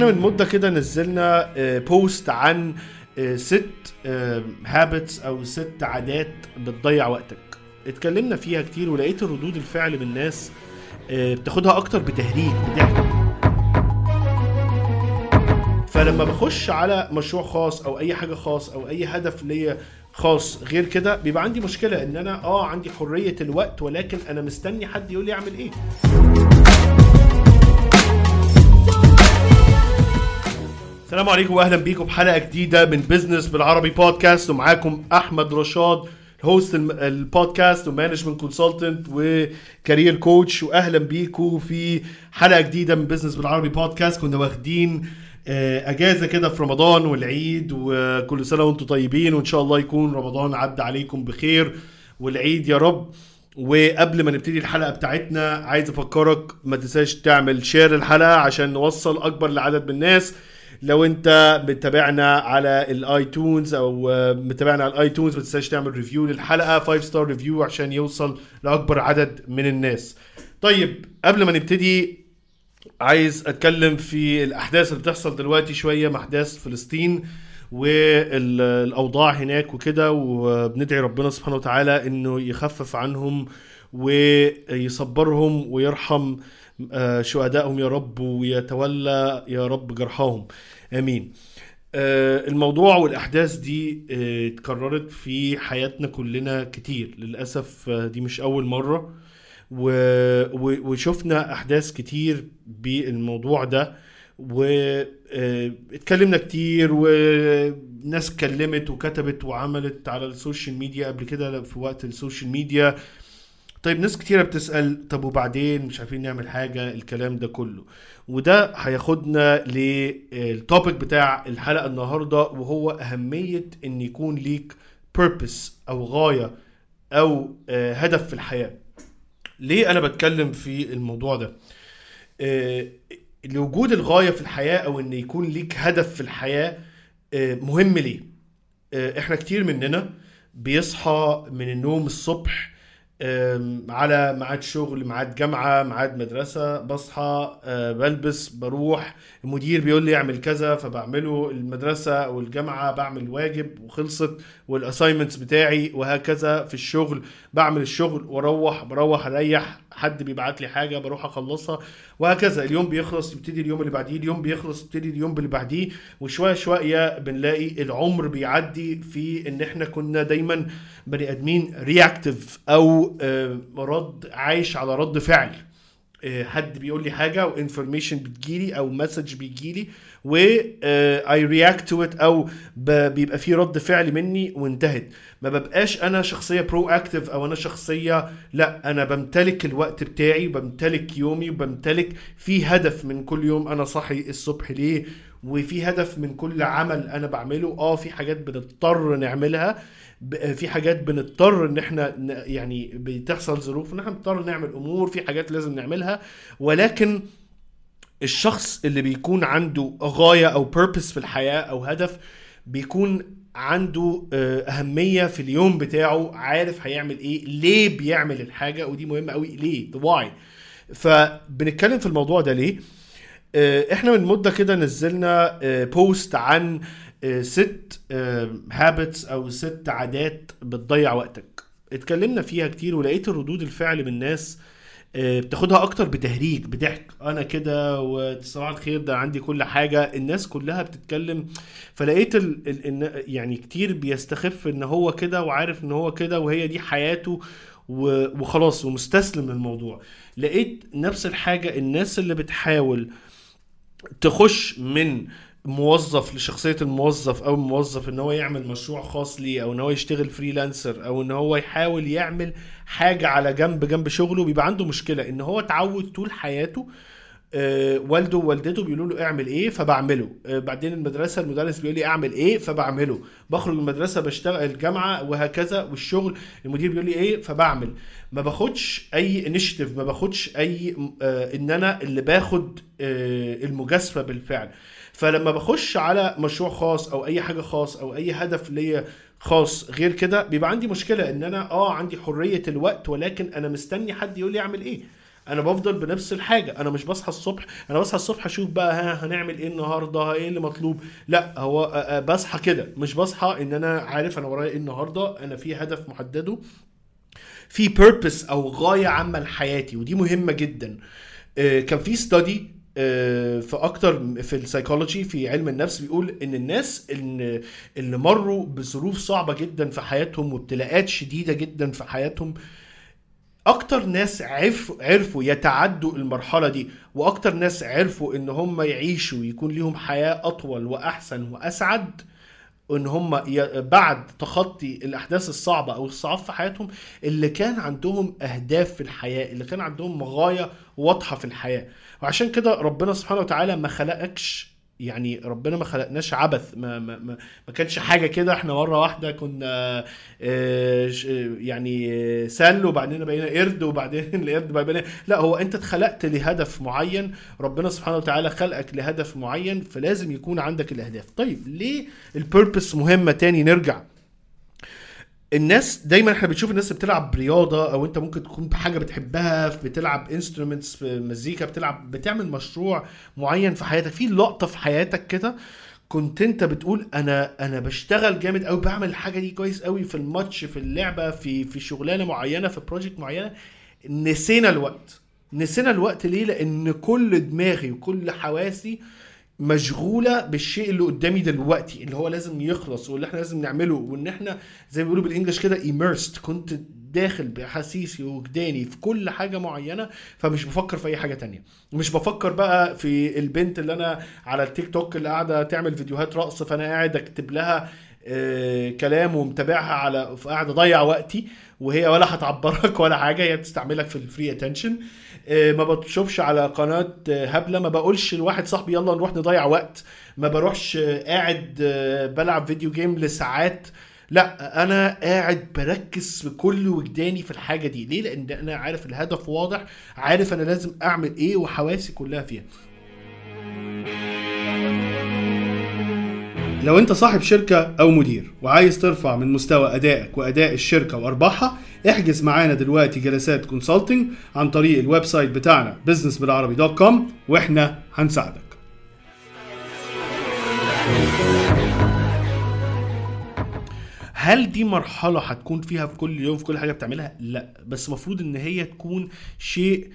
احنا من مدة كده نزلنا بوست عن 6 هابتس او 6 عادات بتضيع وقتك. اتكلمنا فيها كتير ولقيت ردود الفعل من الناس بتاخدها اكتر بتهريج بضحك. فلما بخش على مشروع خاص او اي حاجة خاص او اي هدف ليا خاص غير كده بيبقى عندي مشكلة ان انا عندي حرية الوقت، ولكن انا مستني حد يقول لي اعمل ايه. السلام عليكم واهلا بيكم بحلقة جديدة من بيزنس بالعربي بودكاست، ومعاكم احمد رشاد هوست البودكاست ومانجمنت كونسلتنت وكارير كوتش. واهلا بيكم في حلقة جديدة من بيزنس بالعربي بودكاست. كنا واخدين اجازة كده في رمضان والعيد، وكل سنة وانتم طيبين، وان شاء الله يكون رمضان عدى عليكم بخير والعيد يا رب. وقبل ما نبتدي الحلقة بتاعتنا عايز افكرك ما تنساش تعمل شير الحلقة عشان نوصل اكبر لعدد من الناس. لو انت متابعنا على الايتونز او متابعنا على الايتونز ما تنساش تعمل ريفيو للحلقة 5 ستار ريفيو عشان يوصل لاكبر عدد من الناس. طيب قبل ما نبتدي عايز اتكلم في الاحداث اللي بتحصل دلوقتي شوية مع احداث فلسطين والاوضاع هناك وكده، وبندعي ربنا سبحانه وتعالى انه يخفف عنهم ويصبرهم ويرحم شهدائهم يا رب، ويتولى يا رب جرحاهم امين. الموضوع والاحداث دي اتكررت في حياتنا كلنا كتير للاسف. دي مش اول مرة، وشفنا احداث كتير بالموضوع ده، واتكلمنا كتير وناس اتكلمت وكتبت وعملت على السوشيال ميديا قبل كده في وقت السوشيال ميديا. طيب ناس كتيرة بتسأل طب وبعدين مش عارفين نعمل حاجة، الكلام ده كله. وده هياخدنا للتوبيك بتاع الحلقة النهاردة، وهو أهمية ان يكون ليك purpose او غاية او هدف في الحياة. ليه انا بتكلم في الموضوع ده؟ لوجود الغاية في الحياة او ان يكون ليك هدف في الحياة مهم. ليه؟ احنا كتير مننا بيصحى من النوم الصبح على ميعاد شغل، ميعاد جامعة، ميعاد مدرسة، بصحى بلبس بروح، المدير بيقول لي اعمل كذا فبعمله، المدرسة او الجامعة بعمل واجب وخلصت، والاسايمنتس بتاعي، وهكذا في الشغل بعمل الشغل بروح اريح، حد بيبعت لي حاجة بروح اخلصها، وهكذا. اليوم بيخلص يبتدي اليوم اللي بعديه، اليوم بيخلص يبتدي اليوم اللي بعديه، وشوية شوية بنلاقي العمر بيعدي في ان احنا كنا دايما بني ادمين رياكتيف او رد، عايش على رد فعل. حد بيقول لي حاجة وانفورميشن بتجيلي او مسج بيجيلي و I react to it، او بيبقى فيه رد فعل مني وانتهت. ما ببقاش انا شخصية proactive او انا شخصية، لا انا بمتلك الوقت بتاعي، بمتلك يومي، وبمتلك في هدف من كل يوم انا صاحي الصبح ليه، وفي هدف من كل عمل انا بعمله. في حاجات بنضطر نعملها، في حاجات بنضطر ان احنا يعني بتحصل ظروف ان احنا بنضطر نعمل امور، في حاجات لازم نعملها. ولكن الشخص اللي بيكون عنده غاية او purpose في الحياة او هدف بيكون عنده أهمية في اليوم بتاعه، عارف هيعمل ايه، ليه بيعمل الحاجة، ودي مهمة قوي، ليه، the why. فبنتكلم في الموضوع ده ليه. احنا من مدة كده نزلنا بوست عن 6 هابتس او 6 عادات بتضيع وقتك. اتكلمنا فيها كتير ولقيت ردود الفعل من الناس بتاخدها اكتر بتهريج بضحك. انا كده وصباح الخير ده عندي كل حاجة، الناس كلها بتتكلم. فلقيت يعني كتير بيستخف ان هو كده وعارف ان هو كده وهي دي حياته وخلاص ومستسلم للموضوع. لقيت نفس الحاجة، الناس اللي بتحاول تخش من موظف لشخصية الموظف، او موظف ان هو يعمل مشروع خاص ليه، او ان هو يشتغل فريلانسر، او ان هو يحاول يعمل حاجة على جنب شغله. بيبقى عنده مشكلة ان هو تعود طول حياته والده ووالدته بيقولوا له اعمل ايه فبعمله، بعدين المدرسة المدرس بيقول لي اعمل ايه فبعمله، بخرج من المدرسة بشتغل الجامعة وهكذا، والشغل المدير بيقول لي ايه فبعمل. ما باخدش اي انيشيتيف، ما باخدش اي ان انا اللي باخد المجازفة بالفعل. فلما بخش على مشروع خاص او اي حاجة خاص او اي هدف ليا خاص غير كده بيبقى عندي مشكلة ان انا عندي حرية الوقت، ولكن انا مستني حد يقول لي اعمل ايه. انا بفضل بنفس الحاجه. انا مش بصحى الصبح، انا بصحى الصبح اشوف بقى هنعمل ايه النهارده، ايه اللي مطلوب. لا، هو بصحى كده، مش بصحى ان انا عارف انا ورايا ايه النهارده. انا في هدف محدده، في بيربس او غايه عامه لحياتي، ودي مهمه جدا. كان في ستادي في اكتر في السايكولوجي، في علم النفس، بيقول ان الناس اللي مروا بظروف صعبه جدا في حياتهم وابتلاءات شديده جدا في حياتهم، اكتر ناس عرفوا يتعدوا المرحله دي، واكتر ناس عرفوا ان هم يعيشوا ويكون ليهم حياه اطول واحسن واسعد، ان هم بعد تخطي الاحداث الصعبه او الصعاب في حياتهم، اللي كان عندهم اهداف في الحياه، اللي كان عندهم غايه واضحه في الحياه. وعشان كده ربنا سبحانه وتعالى ما خلقكش، يعني ربنا ما خلقناش عبث. ما كانش حاجه كده احنا مره واحده كنا يعني سل، وبعدين بقينا قرد، وبعدين القرد بقينا. لا، هو انت اتخلقت لهدف معين، ربنا سبحانه وتعالى خلقك لهدف معين، فلازم يكون عندك الاهداف. طيب ليه البيربس مهمه؟ تاني نرجع. الناس دايما احنا بنشوف الناس بتلعب رياضه، او انت ممكن تكون بحاجه بتحبها، بتلعب انسترومنتس في مزيكا، بتعمل مشروع معين في حياتك، في لقطه في حياتك كده كنت انت بتقول انا بشتغل جامد قوي، بعمل الحاجه دي كويس قوي في الماتش، في اللعبه، في شغلانه معينه، في بروجكت معينه. نسينا الوقت ليه؟ لان كل دماغي وكل حواسي مشغوله بالشيء اللي قدامي دلوقتي، اللي هو لازم يخلص، واللي احنا لازم نعمله، وان احنا زي ما بيقولوا بالانجلش كده immersed. كنت داخل بحسيسي وجداني في كل حاجه معينه، فمش بفكر في اي حاجه تانية. مش بفكر بقى في البنت اللي انا على التيك توك اللي قاعده تعمل فيديوهات رقص، فانا قاعد اكتب لها كلام ومتابعها، على قاعد اضيع وقتي، وهي ولا هتعبرك ولا حاجه، هي بتستعملك في الفري اتنشن. ما بتشوفش على قناه هبله، ما بقولش لواحد صاحبي يلا نروح نضيع وقت، ما بروحش قاعد بلعب فيديو جيم لساعات. لا، انا قاعد بركز بكل وجداني في الحاجه دي. ليه؟ لان انا عارف الهدف واضح، عارف انا لازم اعمل ايه، وحواسي كلها فيها. لو انت صاحب شركة او مدير وعايز ترفع من مستوى ادائك واداء الشركة وارباحها، احجز معانا دلوقتي جلسات كونسلتنج عن طريق الويب سايت بتاعنا businessbilarabi.com، واحنا هنساعدك. هل دي مرحلة هتكون فيها في كل يوم في كل حاجة بتعملها؟ لا، بس مفروض ان هي تكون شيء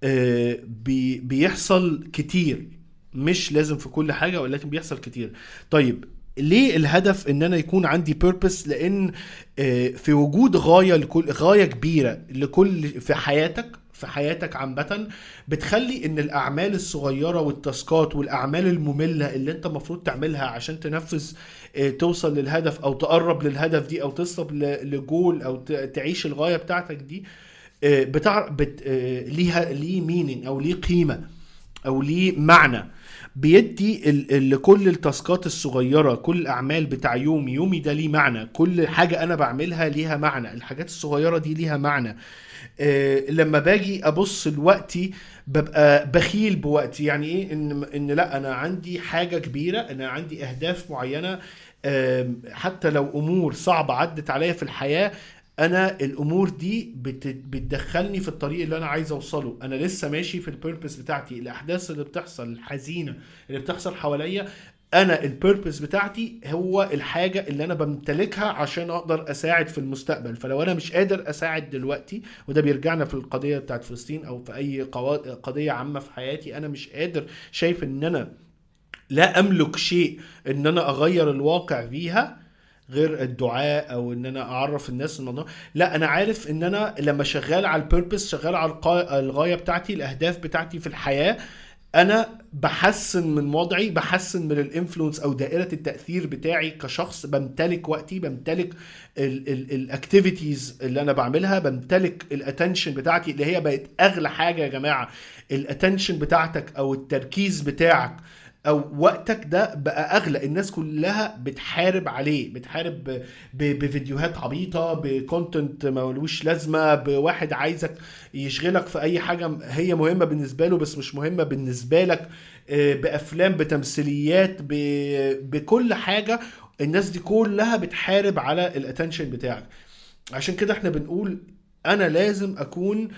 بيحصل كتير، مش لازم في كل حاجة، ولكن بيحصل كتير. طيب ليه الهدف ان انا يكون عندي purpose؟ لان في وجود غاية كبيرة لكل في حياتك عامة، بتخلي ان الاعمال الصغيرة والتاسكات والاعمال المملة اللي انت مفروض تعملها عشان تنفذ توصل للهدف، او تقرب للهدف دي، او تصل لجول، او تعيش الغاية بتاعتك دي، ليه مينينج، او ليه قيمة، او ليه معنى. بيدي لكل التاسكات الصغيرة، كل الاعمال بتاع يومي ده ليه معنى، كل حاجة انا بعملها ليها معنى، الحاجات الصغيرة دي ليها معنى. لما باجي ابص لوقتي ببقى بخيل بوقتي. يعني ايه؟ ان لا، انا عندي حاجة كبيرة، انا عندي اهداف معينة، حتى لو امور صعبة عدت عليا في الحياة، انا الامور دي بتدخلني في الطريق اللي انا عايز اوصله. انا لسه ماشي في البيربس بتاعتي. الاحداث اللي بتحصل الحزينة اللي بتحصل حواليا، انا البيربس بتاعتي هو الحاجة اللي انا بمتلكها عشان اقدر اساعد في المستقبل. فلو انا مش قادر اساعد دلوقتي، وده بيرجعنا في القضية بتاعت فلسطين، او في اي قضية عامة في حياتي، انا مش قادر، شايف ان انا لا املك شيء ان انا اغير الواقع فيها غير الدعاء، او ان انا اعرف الناس الموضوع. لا، انا عارف ان انا لما شغال على البيربس، شغال على الغاية بتاعتي، الاهداف بتاعتي في الحياة، انا بحسن من وضعي، بحسن من الانفلونس او دائرة التأثير بتاعي كشخص. بمتلك وقتي، بمتلك الاكتيفيتيز اللي انا بعملها، بمتلك الاتنشن بتاعتي اللي هي بقت اغلى حاجة يا جماعة. الاتنشن بتاعتك او التركيز بتاعك او وقتك ده بقى اغلى. الناس كلها بتحارب عليه، بتحارب بفيديوهات عبيطة، بكونتنت ملوش لازمة، بواحد عايزك يشغلك في اي حاجة هي مهمة بالنسبة له بس مش مهمة بالنسبة لك، بافلام، بتمثيليات، بكل حاجة. الناس دي كلها بتحارب على الاتنشن بتاعك. عشان كده احنا بنقول انا لازم اكون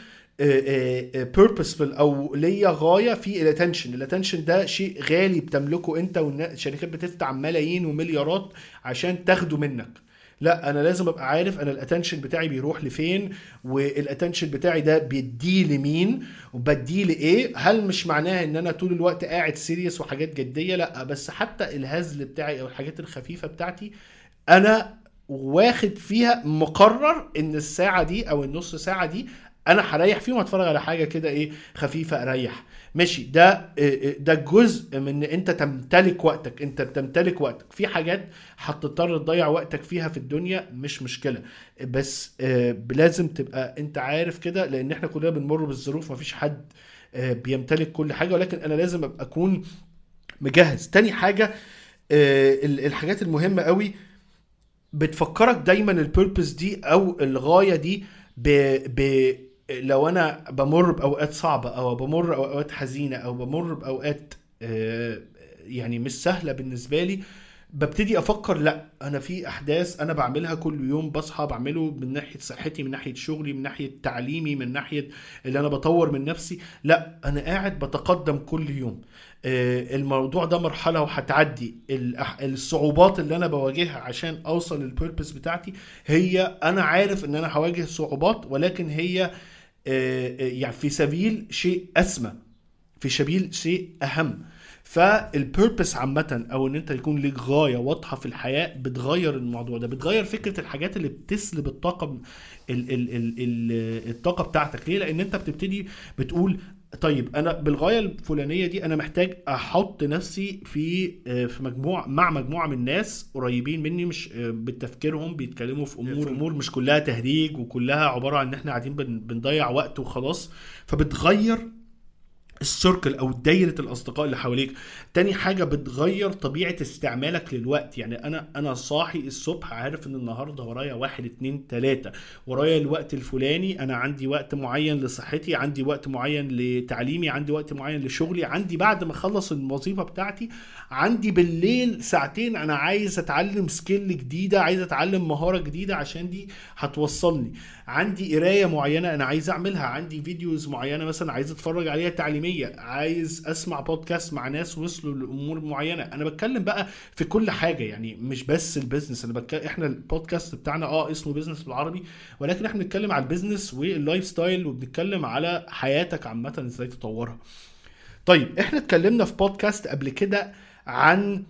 purposeful او ليا غايه في الاتنشن ده شيء غالي بتملكه انت، والشركات بتدفع ملايين ومليارات عشان تاخده منك. لا، انا لازم ابقى عارف انا الاتنشن بتاعي بيروح لفين، والاتنشن بتاعي ده بيديه لمين وبديه لايه. هل مش معناها ان انا طول الوقت قاعد سيريس وحاجات جديه؟ لا، بس حتى الهزل بتاعي او الحاجات الخفيفه بتاعتي انا واخد فيها مقرر ان الساعه دي او النص ساعه دي انا هريح فيهم، اتفرج على حاجه كده ايه خفيفه اريح. ماشي، ده جزء من ان انت تمتلك وقتك. انت بتمتلك وقتك في حاجات هتضطر تضيع وقتك فيها في الدنيا، مش مشكله، بس لازم تبقى انت عارف كده، لان احنا كلنا بنمر بالظروف، مفيش حد بيمتلك كل حاجه، ولكن انا لازم ابقى اكون مجهز. تاني حاجه، الحاجات المهمه قوي بتفكرك دايما البيربس دي او الغايه دي ب لو انا بمر باوقات صعبه او بمر باوقات حزينه او بمر باوقات يعني مش سهله بالنسبه لي، ببتدي افكر لا، انا في احداث انا بعملها كل يوم، بصحى بعمله من ناحيه صحتي، من ناحيه شغلي، من ناحيه تعليمي، من ناحيه اللي انا بطور من نفسي. لا، انا قاعد بتقدم كل يوم. الموضوع ده مرحله وهتعدي. الصعوبات اللي انا بواجهها عشان اوصل للبيربس بتاعتي، هي انا عارف ان انا هواجه صعوبات، ولكن هي يعني في سبيل شيء اسمى، في سبيل شيء اهم. فالبيربس عامه، او ان انت يكون ليك غايه واضحه في الحياه، بتغير الموضوع ده، بتغير فكره الحاجات اللي بتسلب الطاقه، الطاقه بتاعتك. ليه؟ لان انت بتبتدي بتقول طيب انا بالغايه الفلانيه دي انا محتاج احط نفسي في مجموعه، مع مجموعه من الناس قريبين مني، مش بتفكيرهم بيتكلموا في امور مش كلها تهريج وكلها عباره عن ان احنا قاعدين بنضيع وقت وخلاص. فبتغير السيركل او دايره الاصدقاء اللي حواليك. تاني حاجه، بتغير طبيعه استعمالك للوقت. يعني انا صاحي الصبح عارف ان النهارده ورايا 1 2 3، ورايا الوقت الفلاني، انا عندي وقت معين لصحتي، عندي وقت معين لتعليمي، عندي وقت معين لشغلي، عندي بعد ما اخلص الوظيفه بتاعتي عندي بالليل ساعتين انا عايز اتعلم سكيل جديده، عايز اتعلم مهاره جديده عشان دي هتوصلني، عندي قرايه معينه انا عايز اعملها، عندي فيديوز معينه مثلا عايز اتفرج عليها تعليميه، عايز اسمع بودكاست مع ناس وصلوا لامور معينه. انا بتكلم بقى في كل حاجه، يعني مش بس البيزنس. انا احنا البودكاست بتاعنا اسمه بيزنس بالعربي، ولكن احنا بنتكلم على البيزنس واللايف ستايل، وبنتكلم على حياتك عامه ازاي تطورها. طيب احنا اتكلمنا في بودكاست قبل كده عن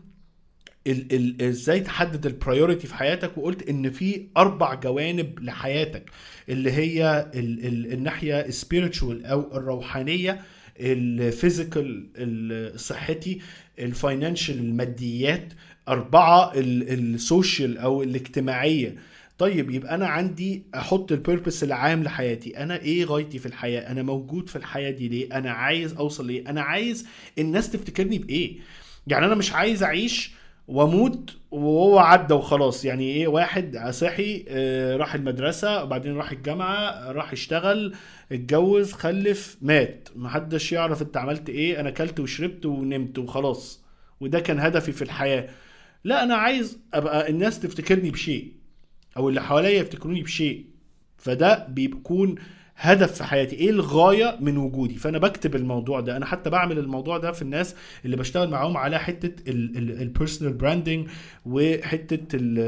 ازاي تحدد البرايورتي في حياتك، وقلت ان في 4 جوانب لحياتك، اللي هي الناحيه spiritual او الروحانيه، الفيزيكال الصحتي، الفاينانشال الماديات، 4 السوشيال او الاجتماعيه. طيب يبقى انا عندي احط البيربس العام لحياتي، انا ايه غايتي في الحياه، انا موجود في الحياه دي ليه، انا عايز اوصل ليه، انا عايز الناس تفتكرني بايه. يعني انا مش عايز اعيش واموت وهو عدى وخلاص. يعني ايه، واحد صحي راح المدرسة وبعدين راح الجامعة، راح اشتغل، اتجوز، خلف، مات، محدش يعرف انت عملت ايه، انا اكلت وشربت ونمت وخلاص، وده كان هدفي في الحياة. لا، انا عايز ابقى الناس تفتكرني بشيء، او اللي حواليا يفتكروني بشيء. فده بيكون هدف في حياتي، ايه الغايه من وجودي. فانا بكتب الموضوع ده، انا حتى بعمل الموضوع ده في الناس اللي بشتغل معاهم على حته البيرسونال براندنج وحته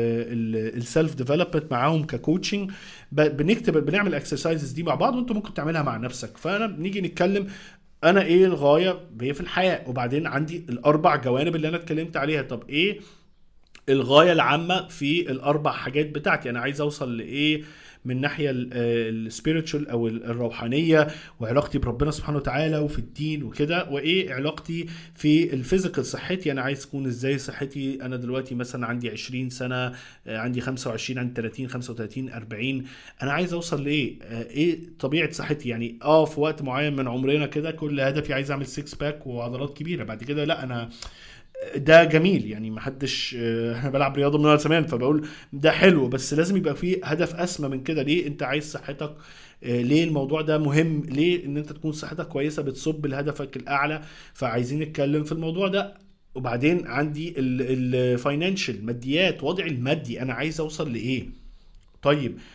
السيلف ديفلوبمنت معاهم ككوتشنج. بنكتب، بنعمل اكسرسايزز دي مع بعض، وانت ممكن تعملها مع نفسك. فانا بنيجي نتكلم انا ايه الغايه في الحياه، وبعدين عندي ال4 جوانب اللي انا اتكلمت عليها. طب ايه الغايه العامه في ال4 حاجات بتاعتي، انا عايز اوصل لايه من ناحيه السبيريتشوال او الروحانيه، وعلاقتي بربنا سبحانه وتعالى وفي الدين وكده، وايه علاقتي في الفيزيكال صحتي، انا عايز اكون ازاي صحتي. انا دلوقتي مثلا عندي 20 سنه، عندي 25، عندي 30، 35، 40، انا عايز اوصل لايه، ايه طبيعه صحتي. يعني في وقت معين من عمرنا كده كل هدفي عايز اعمل 6 باك وعضلات كبيره، بعد كده لا، انا ده جميل، يعني محدش انا بلعب رياضه من زمان فبقول ده حلو، بس لازم يبقى فيه هدف اسمى من كده. ليه انت عايز صحتك؟ ليه الموضوع ده مهم؟ ليه ان انت تكون صحتك كويسه بتصب لهدفك الاعلى؟ فعايزين نتكلم في الموضوع ده. وبعدين عندي الفاينانشال، ماديات، وضعي المادي، انا عايز اوصل لايه. طيب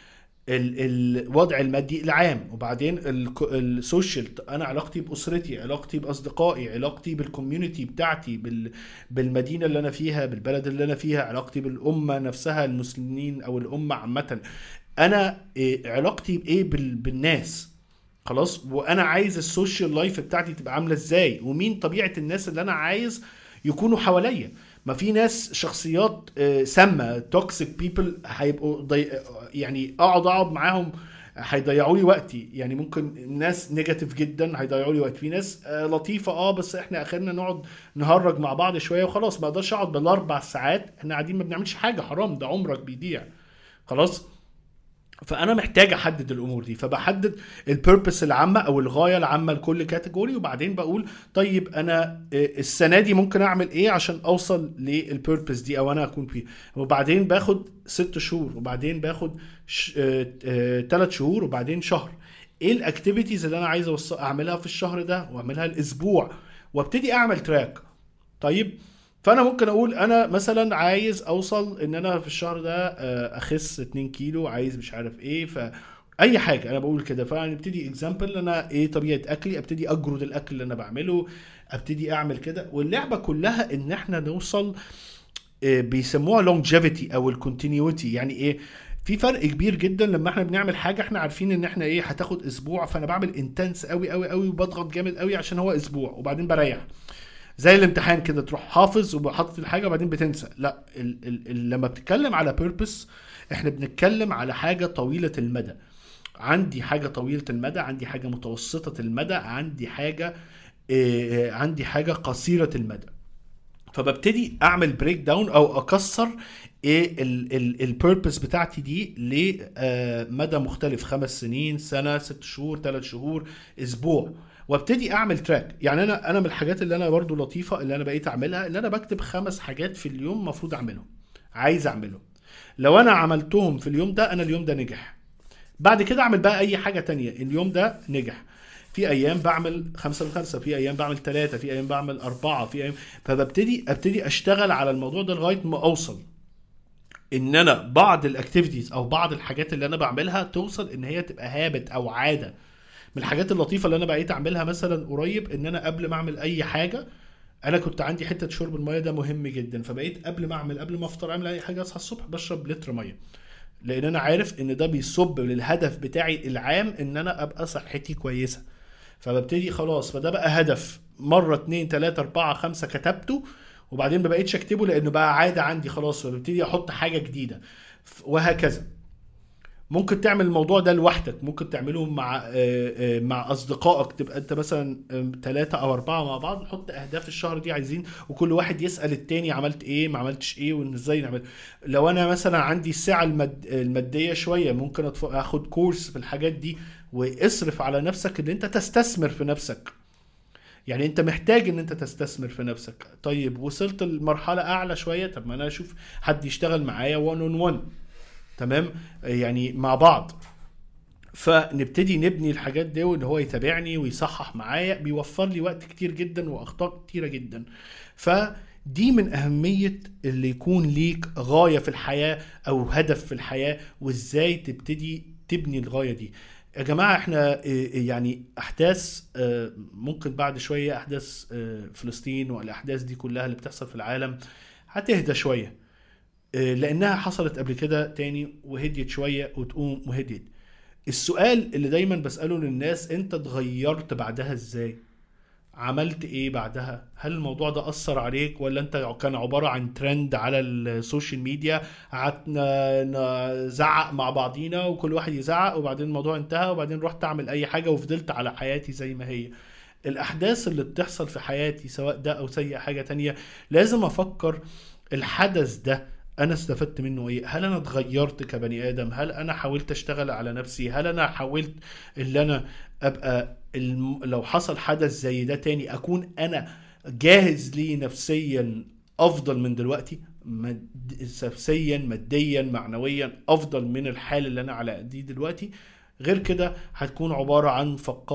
الوضع المادي العام، وبعدين السوشيال، انا علاقتي باسرتي، علاقتي باصدقائي، علاقتي بالكوميونتي بتاعتي، بالمدينه اللي انا فيها، بالبلد اللي انا فيها، علاقتي بالامه نفسها، المسلمين او الامه عامه. انا علاقتي بايه بالناس. خلاص، وانا عايز السوشيال لايف بتاعتي تبقى عامله ازاي، ومين طبيعه الناس اللي انا عايز يكونوا حواليا. ما في ناس شخصيات سامه، توكسيك بيبل، هيبقوا يعني اقعد معاهم هيضيعوا لي وقتي. يعني ممكن ناس نيجاتيف جدا هيضيعوا لي وقت، في ناس لطيفه بس احنا اخرنا نقعد نهرج مع بعض شويه وخلاص. ما اقدرش اقعد بالاربع ساعات احنا قاعدين ما بنعملش حاجه، حرام، ده عمرك بيضيع. خلاص، فانا محتاج احدد الامور دي، فبحدد البيربس العامه او الغايه العامه لكل كاتيجوري، وبعدين بقول طيب انا السنه دي ممكن اعمل ايه عشان اوصل للبيربس دي او انا اكون فيه. وبعدين باخد 6 شهور، وبعدين باخد 3 شهور، وبعدين شهر. ايه الاكتيفيتيز اللي انا عايز اعملها في الشهر ده، واعملها الاسبوع، وابتدي اعمل تراك. طيب، فانا ممكن اقول انا مثلا عايز اوصل ان انا في الشهر ده اخس 2 كيلو، عايز مش عارف ايه، اي حاجه انا بقول كده. فنبتدي اكزامبل، انا ايه طبيعه اكلي، ابتدي اجرد الاكل اللي انا بعمله، ابتدي اعمل كده. واللعبه كلها ان احنا نوصل بيسموها longevity او الكونتينيوتي. يعني ايه؟ في فرق كبير جدا لما احنا بنعمل حاجه احنا عارفين ان احنا ايه هتاخد اسبوع، فانا بعمل انتنس قوي قوي قوي وبضغط جامد قوي عشان هو اسبوع، وبعدين بريح. زي الامتحان كده، تروح حافظ وحاطط الحاجه وبعدين بتنسى. لا، لما بتتكلم على بيربس احنا بنتكلم على حاجه طويله المدى. عندي حاجه طويله المدى، عندي حاجه متوسطه المدى، عندي حاجه قصيره المدى. فببتدي اعمل بريك داون او اكسر ايه البيربس بتاعتي دي لمدى مختلف: 5 سنين، سنه، 6 شهور، 3 شهور، اسبوع. وابتدي اعمل تراك. يعني انا من الحاجات اللي انا برضو لطيفه اللي انا بقيت اعملها، اللي انا بكتب 5 حاجات في اليوم مفروض اعملهم، عايز اعملهم. لو انا عملتهم في اليوم ده انا اليوم ده نجح. بعد كده اعمل بقى اي حاجه تانية، اليوم ده نجح. في ايام بعمل 5 من 5، في ايام بعمل 3، في ايام بعمل 4، في ايام. فببتدي اشتغل على الموضوع ده لغايه ما اوصل ان انا بعض الاكتيفيتيز او بعض الحاجات اللي انا بعملها توصل ان هي تبقى هابت او عاده. من الحاجات اللطيفه اللي انا بقيت اعملها مثلا قريب، ان انا قبل ما اعمل اي حاجه، انا كنت عندي حته شرب الميه ده مهم جدا، فبقيت قبل ما افطر اعمل اي حاجه، اصحى الصبح بشرب لتر ميه، لان انا عارف ان ده بيصب للهدف بتاعي العام ان انا ابقى صحتي كويسه. فببتدي خلاص، فده بقى هدف مرة 2 3 4 5 كتبته، وبعدين ما بقيتش اكتبه لانه بقى عادة عندي خلاص، فببتدي احط حاجة جديدة، وهكذا. ممكن تعمل الموضوع ده لوحدك، ممكن تعمله مع اصدقائك، تبقى انت مثلا 3 او 4 مع بعض، نحط اهداف الشهر دي عايزين، وكل واحد يسأل التاني عملت ايه ما عملتش ايه وان ازاي نعمل. لو انا مثلا عندي الساعة المادية شوية، ممكن اخد كورس في الحاجات دي. واصرف على نفسك ان انت تستثمر في نفسك. يعني انت محتاج ان انت تستثمر في نفسك. طيب وصلت لمرحلة اعلى شوية، طب ما انا اشوف حد يشتغل معايا 1 on 1، تمام، يعني مع بعض. فنبتدي نبني الحاجات دي، وان هو يتابعني ويصحح معايا، بيوفر لي وقت كتير جدا واخطاء كتيرة جدا. فدي من اهمية اللي يكون ليك غاية في الحياة او هدف في الحياة، وازاي تبتدي تبني الغاية دي. يا جماعة احنا يعني احداث ممكن بعد شوية احداث فلسطين والاحداث دي كلها اللي بتحصل في العالم هتهدى شوية، لانها حصلت قبل كده تاني وهديت شوية وتقوم وهديت. السؤال اللي دايما بسأله للناس: انت اتغيرت بعدها ازاي؟ عملت ايه بعدها؟ هل الموضوع ده اثر عليك، ولا انت كان عبارة عن ترند على السوشيال ميديا، قعدنا نزعق مع بعضينا وكل واحد يزعق وبعدين الموضوع انتهى، وبعدين رحت اعمل اي حاجة وفضلت على حياتي زي ما هي؟ الاحداث اللي بتحصل في حياتي سواء ده او اي حاجة تانية، لازم افكر الحدث ده انا استفدت منه ايه؟ هل انا اتغيرت كبني ادم؟ هل انا حاولت اشتغل على نفسي؟ هل انا حاولت اللي انا ابقى لو حصل حدث زي ده تاني اكون انا جاهز ليه نفسيا افضل من دلوقتي، نفسيا ماديا معنويا افضل من الحال اللي انا على دي دلوقتي؟ غير كده هتكون عبارة عن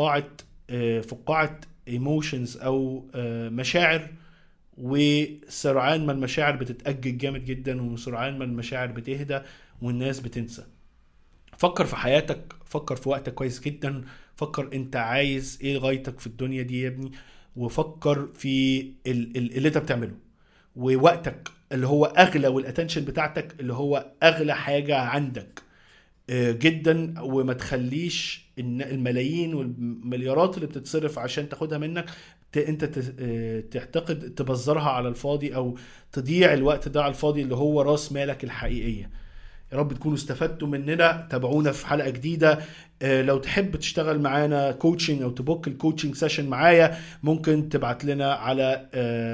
فقاعة ايموشنز او مشاعر، وسرعان ما المشاعر بتتأجج جامد جدا، وسرعان ما المشاعر بتهدى والناس بتنسى. فكر في حياتك، فكر في وقتك كويس جدا، فكر انت عايز ايه غايتك في الدنيا دي يا ابني، وفكر في اللي انت بتعمله ووقتك اللي هو اغلى، والاتنشن بتاعتك اللي هو اغلى حاجة عندك جدا. وما تخليش ان الملايين والمليارات اللي بتتصرف عشان تاخدها منك انت تعتقد تبذرها على الفاضي او تضيع الوقت ده على الفاضي اللي هو راس مالك الحقيقية. يا رب تكونوا استفدتوا مننا. تابعونا في حلقة جديدة. لو تحب تشتغل معانا كوتشنج او تبوك الكوتشنج سيشن معايا، ممكن تبعت لنا على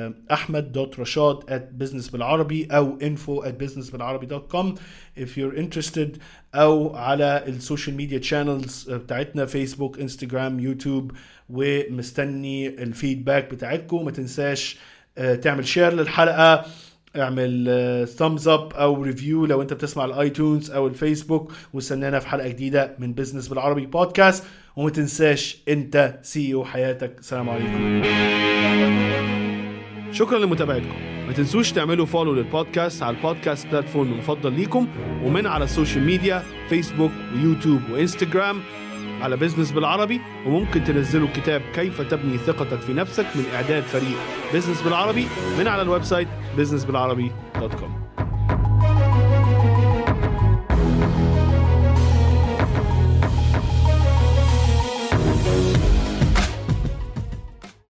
ahmed.rashad@businessbilarabi او info@businessbilarabi.com if you're interested، او على السوشيال ميديا تشانلز بتاعتنا فيسبوك انستجرام يوتيوب. ومستني الفيدباك بتاعتكم. ما تنساش تعمل شير للحلقة، اعمل thumbs up او ريفيو لو انت بتسمع الايتونز او الفيسبوك. واستنانا في حلقة جديدة من بيزنس بالعربي بودكاست. وما تنساش انت CEO حياتك. السلام عليكم. شكرا لمتابعتكم. ما تنسوش تعملوا فولو للبودكاست على البودكاست بلاتفورم المفضل ليكم، ومن على السوشيال ميديا فيسبوك ويوتيوب وانستجرام على بيزنس بالعربي. وممكن تنزلوا كتاب كيف تبني ثقتك في نفسك من إعداد فريق بيزنس بالعربي من على الويب سايت businessbilarabi.com.